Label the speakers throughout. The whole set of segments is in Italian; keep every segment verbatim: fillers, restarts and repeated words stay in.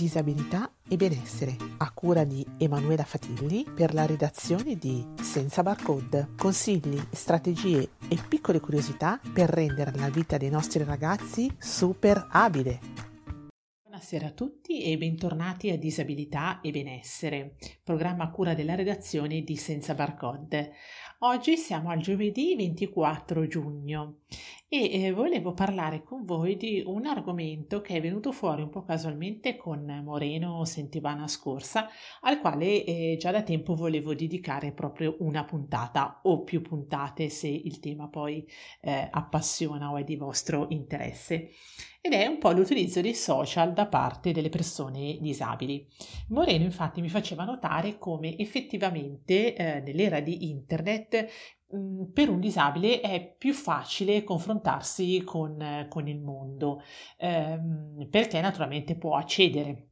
Speaker 1: disabilità e benessere, a cura di Emanuela Fatilli per la redazione di Senza Barcode. Consigli, strategie e piccole curiosità per rendere la vita dei nostri ragazzi super abile. Buonasera a tutti e bentornati a Disabilità e Benessere, programma a cura della redazione di Senza Barcode. Oggi siamo al giovedì ventiquattro giugno e eh, volevo parlare con voi di un argomento che è venuto fuori un po' casualmente con Moreno settimana scorsa, al quale eh, già da tempo volevo dedicare proprio una puntata o più puntate se il tema poi eh, appassiona o è di vostro interesse. Ed è un po' l'utilizzo dei social da parte delle persone disabili. Moreno infatti mi faceva notare come effettivamente eh, nell'era di internet mh, per un disabile è più facile confrontarsi con, eh, con il mondo, ehm, perché naturalmente può accedere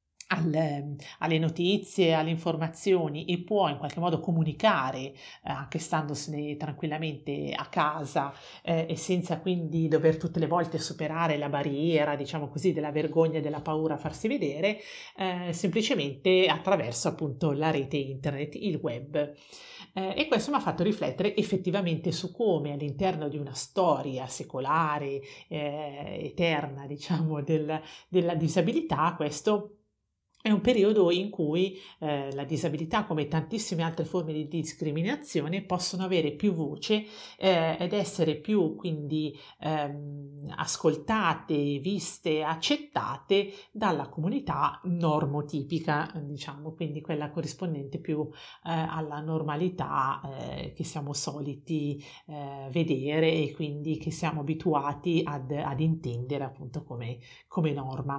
Speaker 1: al, alle notizie, alle informazioni e può in qualche modo comunicare eh, anche standosene tranquillamente a casa eh, e senza quindi dover tutte le volte superare la barriera, diciamo così, della vergogna e della paura a farsi vedere, eh, semplicemente attraverso appunto la rete internet, il web. Eh, e questo mi ha fatto riflettere effettivamente su come all'interno di una storia secolare, eh, eterna, diciamo, del, della disabilità, questo è un periodo in cui eh, la disabilità, come tantissime altre forme di discriminazione, possono avere più voce eh, ed essere più quindi ehm, ascoltate, viste, accettate dalla comunità normotipica, diciamo, quindi quella corrispondente più eh, alla normalità eh, che siamo soliti eh, vedere e quindi che siamo abituati ad, ad intendere appunto come, come norma.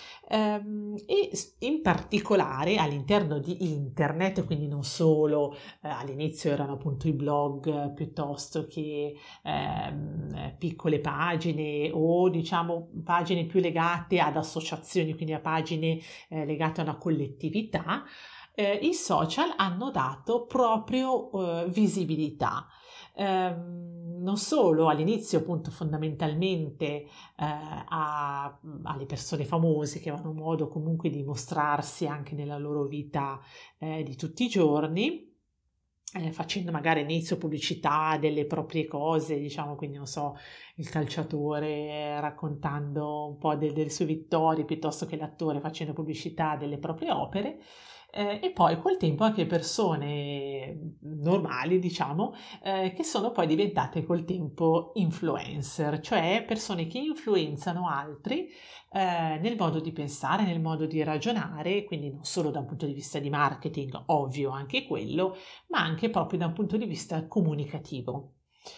Speaker 1: Ehm, e in particolare all'interno di internet, quindi non solo eh, all'inizio erano appunto i blog eh, piuttosto che ehm, piccole pagine o diciamo pagine più legate ad associazioni, quindi a pagine eh, legate a una collettività, eh, i social hanno dato proprio eh, visibilità. Ehm, non solo all'inizio appunto fondamentalmente eh, a, alle persone famose che avevano modo comunque di mostrarsi anche nella loro vita eh, di tutti i giorni, eh, facendo magari inizio pubblicità delle proprie cose, diciamo, quindi non so, il calciatore raccontando un po' de- delle sue vittorie piuttosto che l'attore facendo pubblicità delle proprie opere. Eh, e poi col tempo anche persone normali, diciamo, eh, che sono poi diventate col tempo influencer, cioè persone che influenzano altri eh, nel modo di pensare, nel modo di ragionare, quindi non solo da un punto di vista di marketing, ovvio anche quello, ma anche proprio da un punto di vista comunicativo.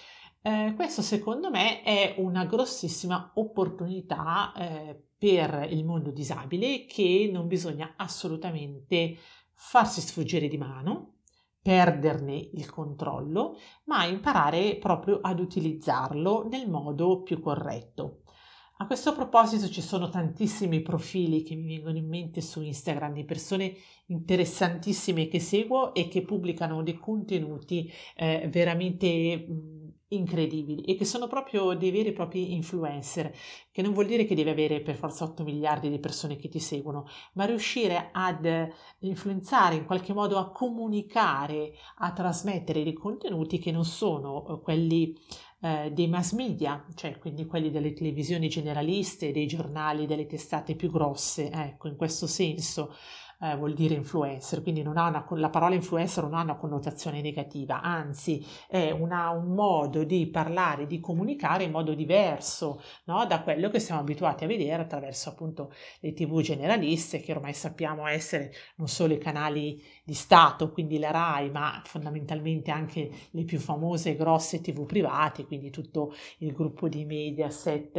Speaker 1: Eh, questo secondo me è una grossissima opportunità eh, per il mondo disabile che non bisogna assolutamente farsi sfuggire di mano, perderne il controllo, ma imparare proprio ad utilizzarlo nel modo più corretto. A questo proposito ci sono tantissimi profili che mi vengono in mente su Instagram di persone interessantissime che seguo e che pubblicano dei contenuti eh, veramente mh, incredibili e che sono proprio dei veri e propri influencer, che non vuol dire che devi avere per forza otto miliardi di persone che ti seguono, ma riuscire ad eh, influenzare in qualche modo a comunicare, a trasmettere dei contenuti che non sono eh, quelli eh, dei mass media, cioè quindi quelli delle televisioni generaliste, dei giornali, delle testate più grosse, ecco, in questo senso eh, vuol dire influencer, quindi non ha una, la parola influencer non ha una connotazione negativa, anzi è una, un modo di parlare, di comunicare in modo diverso, no? Da quello che siamo abituati a vedere attraverso appunto le tivù generaliste, che ormai sappiamo essere non solo i canali di Stato, quindi la RAI, ma fondamentalmente anche le più famose e grosse tivù private, quindi tutto il gruppo di Mediaset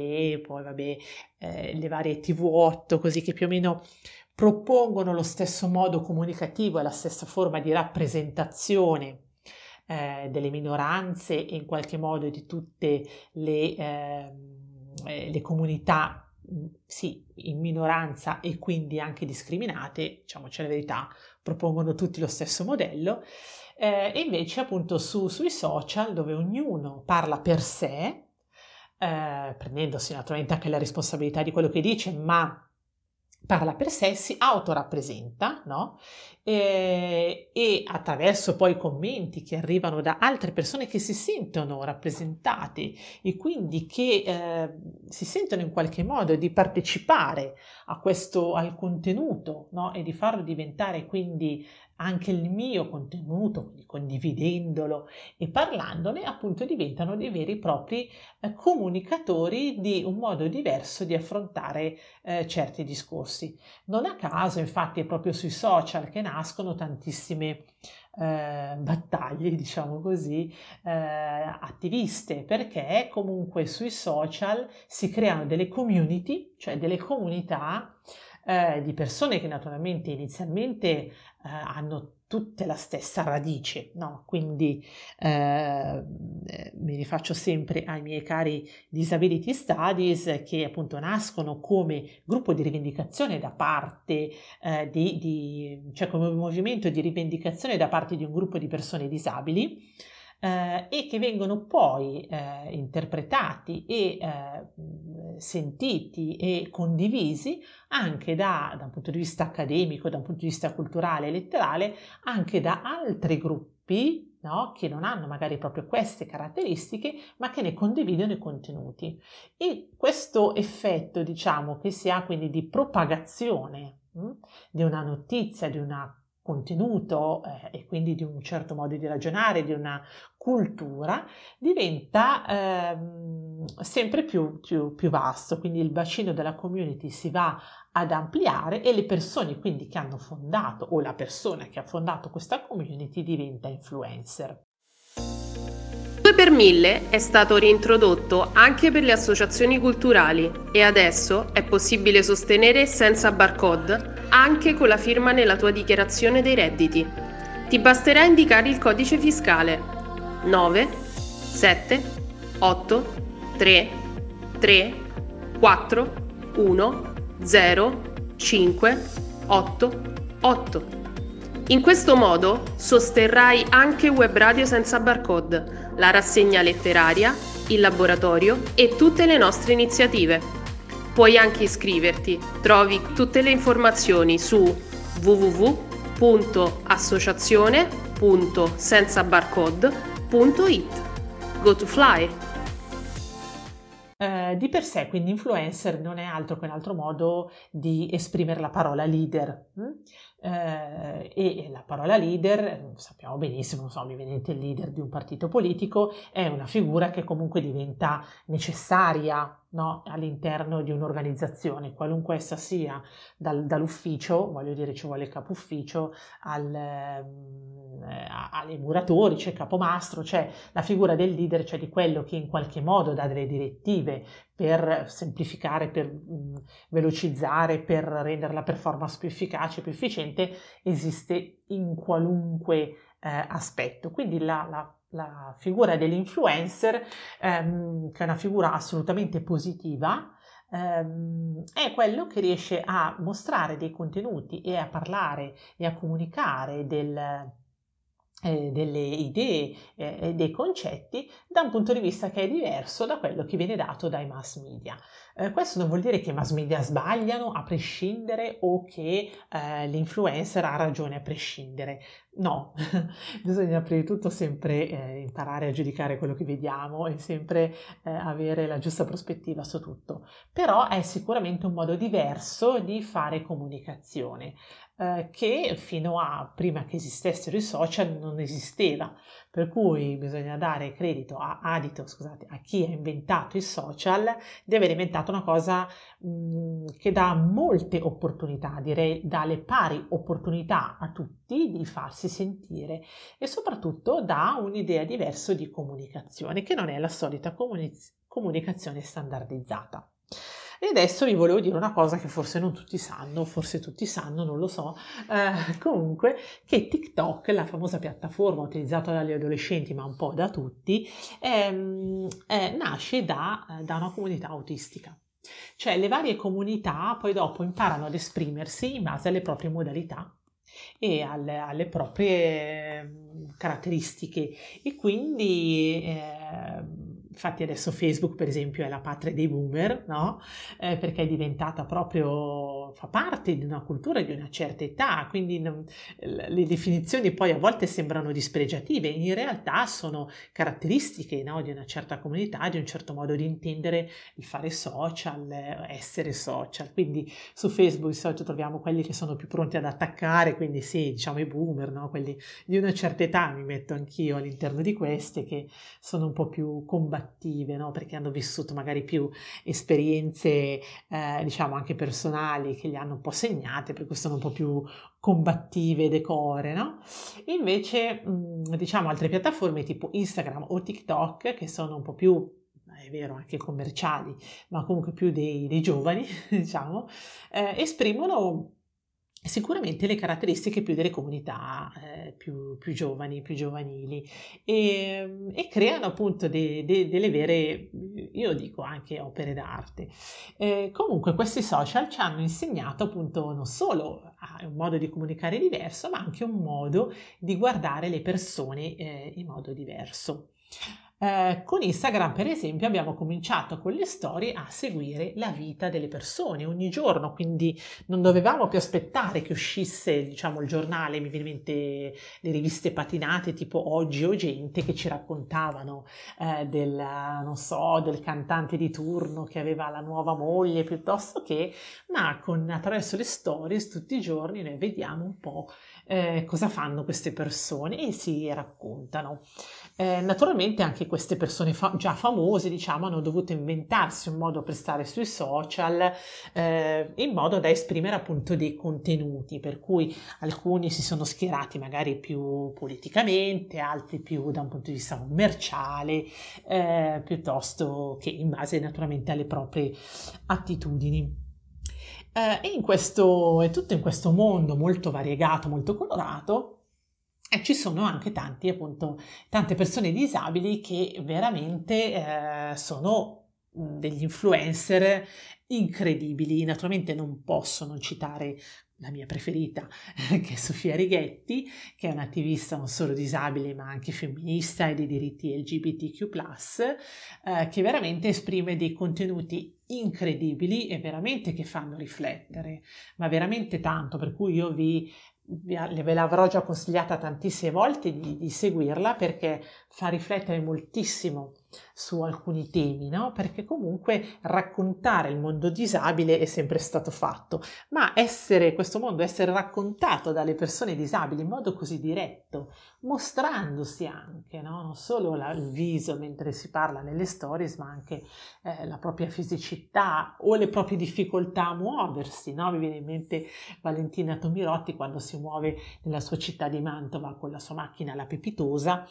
Speaker 1: e poi vabbè eh, le varie tivù otto, così che più o meno propongono lo stesso modo comunicativo e la stessa forma di rappresentazione eh, delle minoranze e in qualche modo di tutte le, eh, le comunità sì, in minoranza e quindi anche discriminate, diciamoci la verità, propongono tutti lo stesso modello, eh, e invece appunto su, sui social dove ognuno parla per sé, eh, prendendosi naturalmente anche la responsabilità di quello che dice, ma parla per sé, si autorappresenta, no? E, e attraverso poi commenti che arrivano da altre persone che si sentono rappresentate e quindi che eh, si sentono in qualche modo di partecipare a questo, al contenuto, no? E di farlo diventare quindi anche il mio contenuto, quindi condividendolo e parlandone, appunto diventano dei veri e propri eh, comunicatori di un modo diverso di affrontare eh, certi discorsi. Non a caso, infatti, è proprio sui social che nascono tantissime eh, battaglie, diciamo così, eh, attiviste, perché comunque sui social si creano delle community, cioè delle comunità eh, di persone che naturalmente inizialmente eh, hanno tutte la stessa radice, no? Quindi eh, mi rifaccio sempre ai miei cari Disability Studies, che appunto nascono come gruppo di rivendicazione da parte eh, di, di, cioè come movimento di rivendicazione da parte di un gruppo di persone disabili, eh, e che vengono poi eh, interpretati e eh, sentiti e condivisi anche da, da un punto di vista accademico, da un punto di vista culturale e letterale, anche da altri gruppi, no? Che non hanno magari proprio queste caratteristiche, ma che ne condividono i contenuti. E questo effetto, diciamo, che si ha quindi di propagazione mh, di una notizia, di un contenuto eh, e quindi di un certo modo di ragionare, di una cultura, diventa ehm, sempre più, più, più vasto, quindi il bacino della community si va ad ampliare e le persone quindi che hanno fondato o la persona che ha fondato questa community diventa influencer.
Speaker 2: due per mille è stato reintrodotto anche per le associazioni culturali e adesso è possibile sostenere senza barcode anche con la firma nella tua dichiarazione dei redditi. Ti basterà indicare il codice fiscale nove sette otto tre tre quattro uno zero cinque otto otto. In questo modo sosterrai anche Web Radio senza barcode, la rassegna letteraria, il laboratorio e tutte le nostre iniziative. Puoi anche iscriverti, trovi tutte le informazioni su w w w punto associazione punto senza barcode punto it. Go to fly!
Speaker 1: Eh, di per sé, quindi influencer non è altro che un altro modo di esprimere la parola leader. Hm? Eh, e la parola leader, sappiamo benissimo, non so, mi viene in mente il leader di un partito politico, è una figura che comunque diventa necessaria, no? All'interno di un'organizzazione, qualunque essa sia, dal, dall'ufficio, voglio dire ci vuole il capo ufficio, al, eh, ai muratori, c'è il capomastro, c'è la figura del leader, cioè di quello che in qualche modo dà delle direttive per semplificare, per mh, velocizzare, per rendere la performance più efficace, più efficiente, esiste in qualunque eh, aspetto. Quindi la, la la figura dell'influencer, ehm, che è una figura assolutamente positiva, ehm, è quello che riesce a mostrare dei contenuti e a parlare e a comunicare del, eh, delle idee e eh, dei concetti da un punto di vista che è diverso da quello che viene dato dai mass media. Eh, questo non vuol dire che i mass media sbagliano a prescindere o che eh, l'influencer ha ragione a prescindere. No, bisogna prima di tutto sempre eh, imparare a giudicare quello che vediamo e sempre eh, avere la giusta prospettiva su tutto. Però è sicuramente un modo diverso di fare comunicazione, eh, che fino a prima che esistessero i social non esisteva, per cui bisogna dare credito a adito, scusate, a chi ha inventato i social di aver inventato una cosa mh, che dà molte opportunità, direi dà le pari opportunità a tutti di farsi sentire e soprattutto dà un'idea diversa di comunicazione che non è la solita comuniz- comunicazione standardizzata. E adesso vi volevo dire una cosa che forse non tutti sanno, forse tutti sanno, non lo so, eh, comunque che TikTok, la famosa piattaforma utilizzata dagli adolescenti ma un po' da tutti, ehm, eh, nasce da, da una comunità autistica. Cioè le varie comunità poi dopo imparano ad esprimersi in base alle proprie modalità e alle, alle proprie caratteristiche e quindi eh, infatti adesso Facebook per esempio è la patria dei boomer, no? Eh, perché è diventata proprio appunto fa parte di una cultura di una certa età, quindi non, le definizioni poi a volte sembrano dispregiative, in realtà sono caratteristiche, no, di una certa comunità, di un certo modo di intendere il fare social, essere social. Quindi su Facebook di solito troviamo quelli che sono più pronti ad attaccare, quindi sì, diciamo i boomer, no? Quelli di una certa età, mi metto anch'io all'interno di queste, che sono un po' più combattive, no? Perché hanno vissuto magari più esperienze, eh, diciamo anche personali, che li hanno un po' segnate, per cui sono un po' più combattive, decore, no? Invece, mh, diciamo, altre piattaforme tipo Instagram o TikTok, che sono un po' più, è vero, anche commerciali, ma comunque più dei, dei giovani, diciamo, eh, esprimono sicuramente le caratteristiche più delle comunità eh, più, più giovani, più giovanili e, e creano appunto de, de, delle vere, io dico anche opere d'arte. Eh, comunque questi social ci hanno insegnato appunto non solo a un modo di comunicare diverso, ma anche un modo di guardare le persone eh, in modo diverso. Eh, con Instagram, per esempio, abbiamo cominciato con le storie a seguire la vita delle persone ogni giorno, quindi non dovevamo più aspettare che uscisse, diciamo, il giornale, mi viene in mente le riviste patinate tipo Oggi o Gente che ci raccontavano eh, del, non so, del cantante di turno che aveva la nuova moglie, piuttosto che, ma con, attraverso le stories tutti i giorni noi vediamo un po' eh, cosa fanno queste persone e si raccontano. Eh, naturalmente anche queste persone fa- già famose, diciamo, hanno dovuto inventarsi un modo per stare sui social, eh, in modo da esprimere appunto dei contenuti, per cui alcuni si sono schierati magari più politicamente, altri più da un punto di vista commerciale, eh, piuttosto che in base naturalmente alle proprie attitudini. Eh, e in questo, e tutto in questo mondo molto variegato, molto colorato, e ci sono anche tanti, appunto, tante persone disabili che veramente eh, sono degli influencer incredibili. Naturalmente non posso non citare la mia preferita, che è Sofia Righetti, che è un'attivista non solo disabile ma anche femminista e dei diritti L G B T Q plus, eh, che veramente esprime dei contenuti incredibili e veramente che fanno riflettere, ma veramente tanto, per cui io vi ve l'avrò già consigliata tantissime volte di, di seguirla, perché fa riflettere moltissimo su alcuni temi, no? Perché comunque raccontare il mondo disabile è sempre stato fatto, ma essere questo mondo, essere raccontato dalle persone disabili in modo così diretto, mostrandosi anche, no? Non solo la, il viso mentre si parla nelle stories, ma anche eh, la propria fisicità o le proprie difficoltà a muoversi, no? Mi viene in mente Valentina Tomirotti quando si muove nella sua città di Mantova con la sua macchina, la Pepitosa,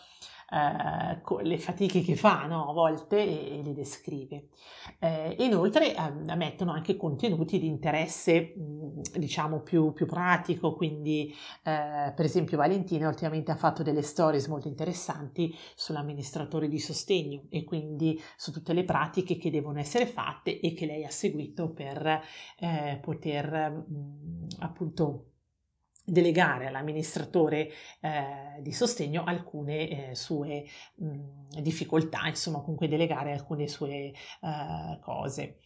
Speaker 1: eh, con le fatiche che fa, no? A volte, e, e li descrive. Eh, inoltre eh, mettono anche contenuti di interesse mh, diciamo più, più pratico, quindi eh, per esempio Valentina ultimamente ha fatto delle stories molto interessanti sull'amministratore di sostegno e quindi su tutte le pratiche che devono essere fatte e che lei ha seguito per eh, poter mh, appunto delegare all'amministratore eh, di sostegno alcune eh, sue mh, difficoltà, insomma comunque delegare alcune sue eh, cose.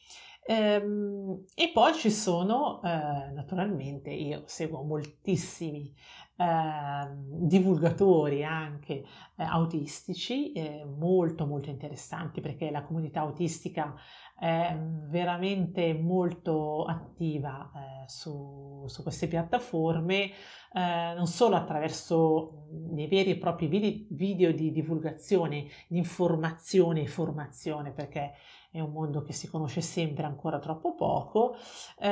Speaker 1: Ehm, e poi ci sono, eh, naturalmente, io seguo moltissimi eh, divulgatori anche eh, autistici, eh, molto molto interessanti, perché la comunità autistica è veramente molto attiva eh, su, su queste piattaforme, eh, non solo attraverso dei veri e propri video, video di divulgazione, di informazione e formazione, perché è un mondo che si conosce sempre ancora troppo poco, eh,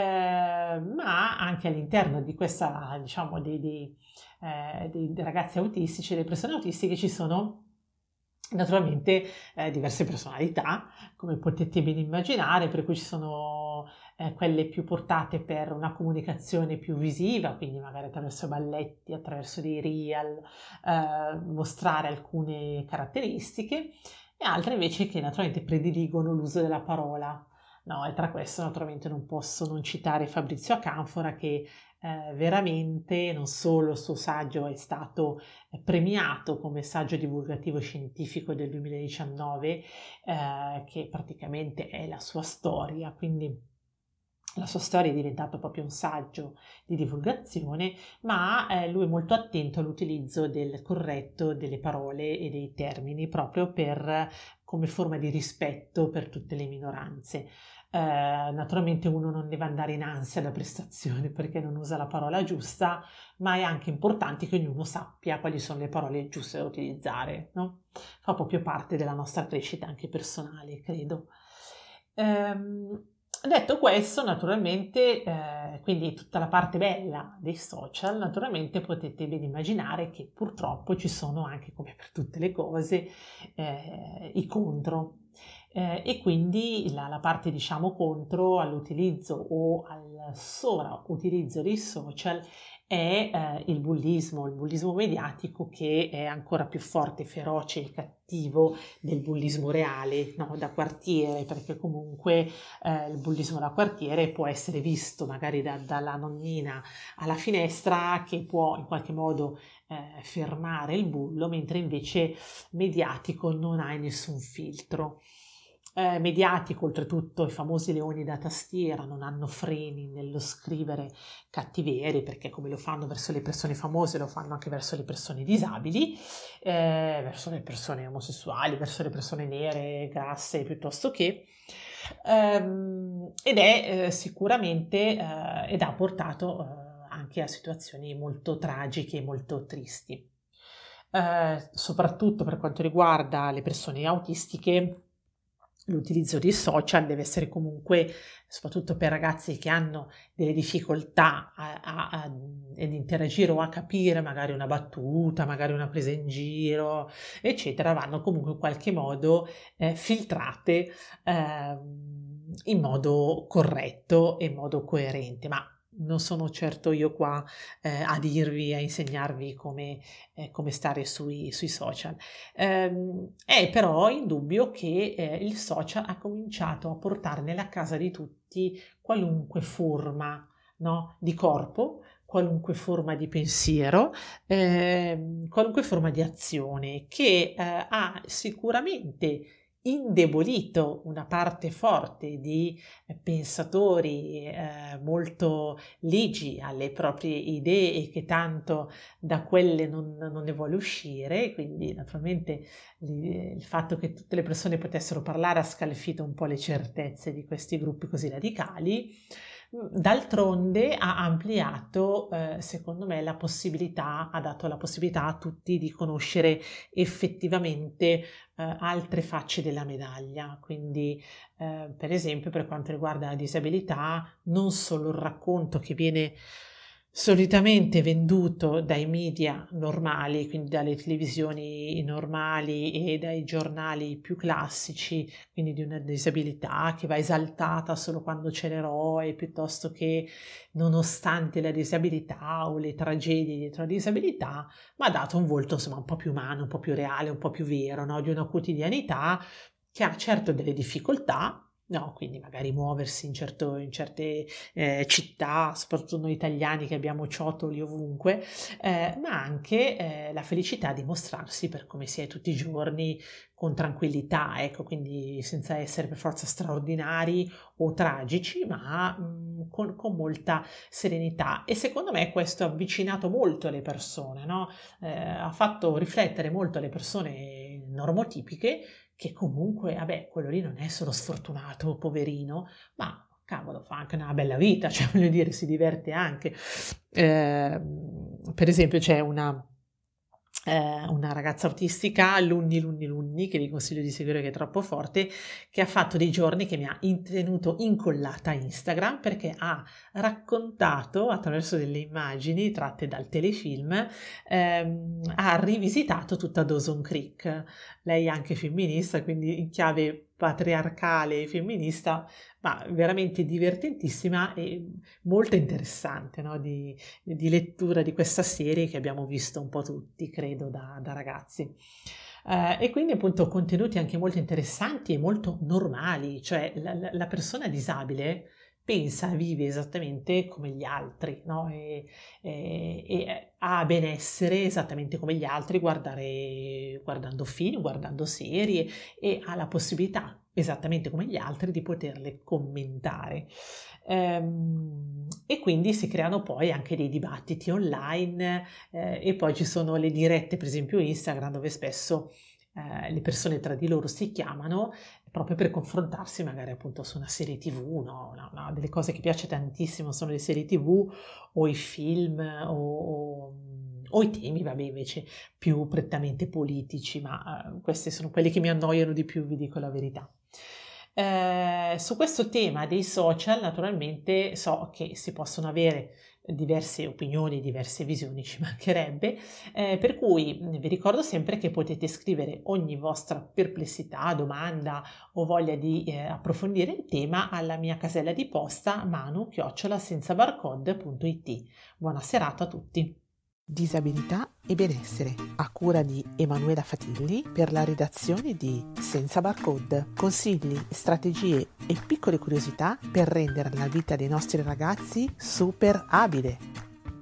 Speaker 1: ma anche all'interno di questa, diciamo, dei, dei, eh, dei ragazzi autistici, delle persone autistiche, ci sono naturalmente eh, diverse personalità, come potete ben immaginare, per cui ci sono eh, quelle più portate per una comunicazione più visiva, quindi magari attraverso balletti, attraverso dei reel, eh, mostrare alcune caratteristiche, e altre invece che naturalmente prediligono l'uso della parola. No, e tra questo naturalmente non posso non citare Fabrizio Acanfora, che eh, veramente non solo il suo saggio è stato premiato come saggio divulgativo scientifico del duemiladiciannove, eh, che praticamente è la sua storia, quindi la sua storia è diventata proprio un saggio di divulgazione, ma eh, lui è molto attento all'utilizzo del corretto delle parole e dei termini, proprio per, come forma di rispetto per tutte le minoranze. Eh, naturalmente uno non deve andare in ansia da prestazione perché non usa la parola giusta, ma è anche importante che ognuno sappia quali sono le parole giuste da utilizzare, no? Fa proprio parte della nostra crescita anche personale, credo. Ehm, Detto questo, naturalmente, eh, quindi tutta la parte bella dei social, naturalmente potete ben immaginare che purtroppo ci sono anche, come per tutte le cose, eh, i contro. Eh, e quindi la, la parte, diciamo, contro all'utilizzo o al sovrautilizzo dei social è eh, il bullismo, il bullismo mediatico, che è ancora più forte, feroce e cattivo del bullismo reale, no? Da quartiere, perché comunque eh, il bullismo da quartiere può essere visto magari da, dalla nonnina alla finestra, che può in qualche modo eh, fermare il bullo, mentre invece mediatico non hai nessun filtro. Eh, mediatico, oltretutto, i famosi leoni da tastiera non hanno freni nello scrivere cattiverie, perché come lo fanno verso le persone famose lo fanno anche verso le persone disabili, eh, verso le persone omosessuali, verso le persone nere, grasse, piuttosto che, ehm, ed è eh, sicuramente eh, ed ha portato eh, anche a situazioni molto tragiche e molto tristi. Eh, soprattutto per quanto riguarda le persone autistiche, l'utilizzo dei social deve essere comunque, soprattutto per ragazzi che hanno delle difficoltà a, a, a, ad interagire o a capire magari una battuta, magari una presa in giro, eccetera, vanno comunque in qualche modo eh, filtrate eh, in modo corretto e in modo coerente, ma non sono certo io qua eh, a dirvi, a insegnarvi come, eh, come stare sui, sui social. Ehm, è però indubbio che eh, il social ha cominciato a portare nella casa di tutti qualunque forma, no, di corpo, qualunque forma di pensiero, ehm, qualunque forma di azione, che eh, ha sicuramente indebolito una parte forte di eh, pensatori eh, molto ligi alle proprie idee e che tanto da quelle non, non ne vuole uscire, quindi naturalmente il, il fatto che tutte le persone potessero parlare ha scalfito un po' le certezze di questi gruppi così radicali. D'altronde ha ampliato, eh, secondo me, la possibilità, ha dato la possibilità a tutti di conoscere effettivamente eh, altre facce della medaglia. Quindi, eh, per esempio, per quanto riguarda la disabilità, non solo il racconto che viene solitamente venduto dai media normali, quindi dalle televisioni normali e dai giornali più classici, quindi di una disabilità che va esaltata solo quando c'è l'eroe, piuttosto che nonostante la disabilità o le tragedie dietro la disabilità, ma ha dato un volto insomma un po' più umano, un po' più reale, un po' più vero, no? Di una quotidianità che ha certo delle difficoltà. No, quindi magari muoversi in, certo, in certe eh, città, soprattutto noi italiani che abbiamo ciottoli ovunque, eh, ma anche eh, la felicità di mostrarsi per come si è tutti i giorni, con tranquillità, ecco, quindi senza essere per forza straordinari o tragici, ma mh, con, con molta serenità. E secondo me questo ha avvicinato molto le persone, no? Eh, ha fatto riflettere molto le persone normotipiche, che comunque, vabbè, quello lì non è solo sfortunato, poverino, ma cavolo, fa anche una bella vita, cioè voglio dire, si diverte anche. Eh, per esempio c'è una, eh, una ragazza autistica, Lunni Lunni Lunni, che vi consiglio di seguire, che è troppo forte, che ha fatto dei giorni che mi ha tenuto incollata a Instagram, perché ha raccontato attraverso delle immagini tratte dal telefilm, ehm, ha rivisitato tutta Dawson Creek. Lei è anche femminista, quindi in chiave patriarcale e femminista, ma veramente divertentissima e molto interessante, no? di, di lettura di questa serie che abbiamo visto un po' tutti, credo, da, da ragazzi. Eh, e quindi appunto contenuti anche molto interessanti e molto normali, cioè la, la- la persona disabile pensa, vive esattamente come gli altri, no? E, e- e ha benessere esattamente come gli altri, guardare, guardando film, guardando serie, e ha la possibilità esattamente come gli altri, di poterle commentare. Ehm, e quindi si creano poi anche dei dibattiti online, eh, e poi ci sono le dirette, per esempio Instagram, dove spesso eh, le persone tra di loro si chiamano proprio per confrontarsi magari appunto su una serie tivù, no? Una, una delle cose che piace tantissimo sono le serie tivù o i film o, o, o i temi, vabbè, invece più prettamente politici, ma eh, questi sono quelli che mi annoiano di più, vi dico la verità. Eh, su questo tema dei social, naturalmente so che si possono avere diverse opinioni, diverse visioni, ci mancherebbe, eh, per cui vi ricordo sempre che potete scrivere ogni vostra perplessità, domanda o voglia di eh, approfondire il tema alla mia casella di posta manu chiocciola senza barcode punto it. Buona serata a tutti. Disabilità e benessere, a cura di Emanuela Fatilli per la redazione di Senza Barcode. Consigli, strategie e piccole curiosità per rendere la vita dei nostri ragazzi super abile.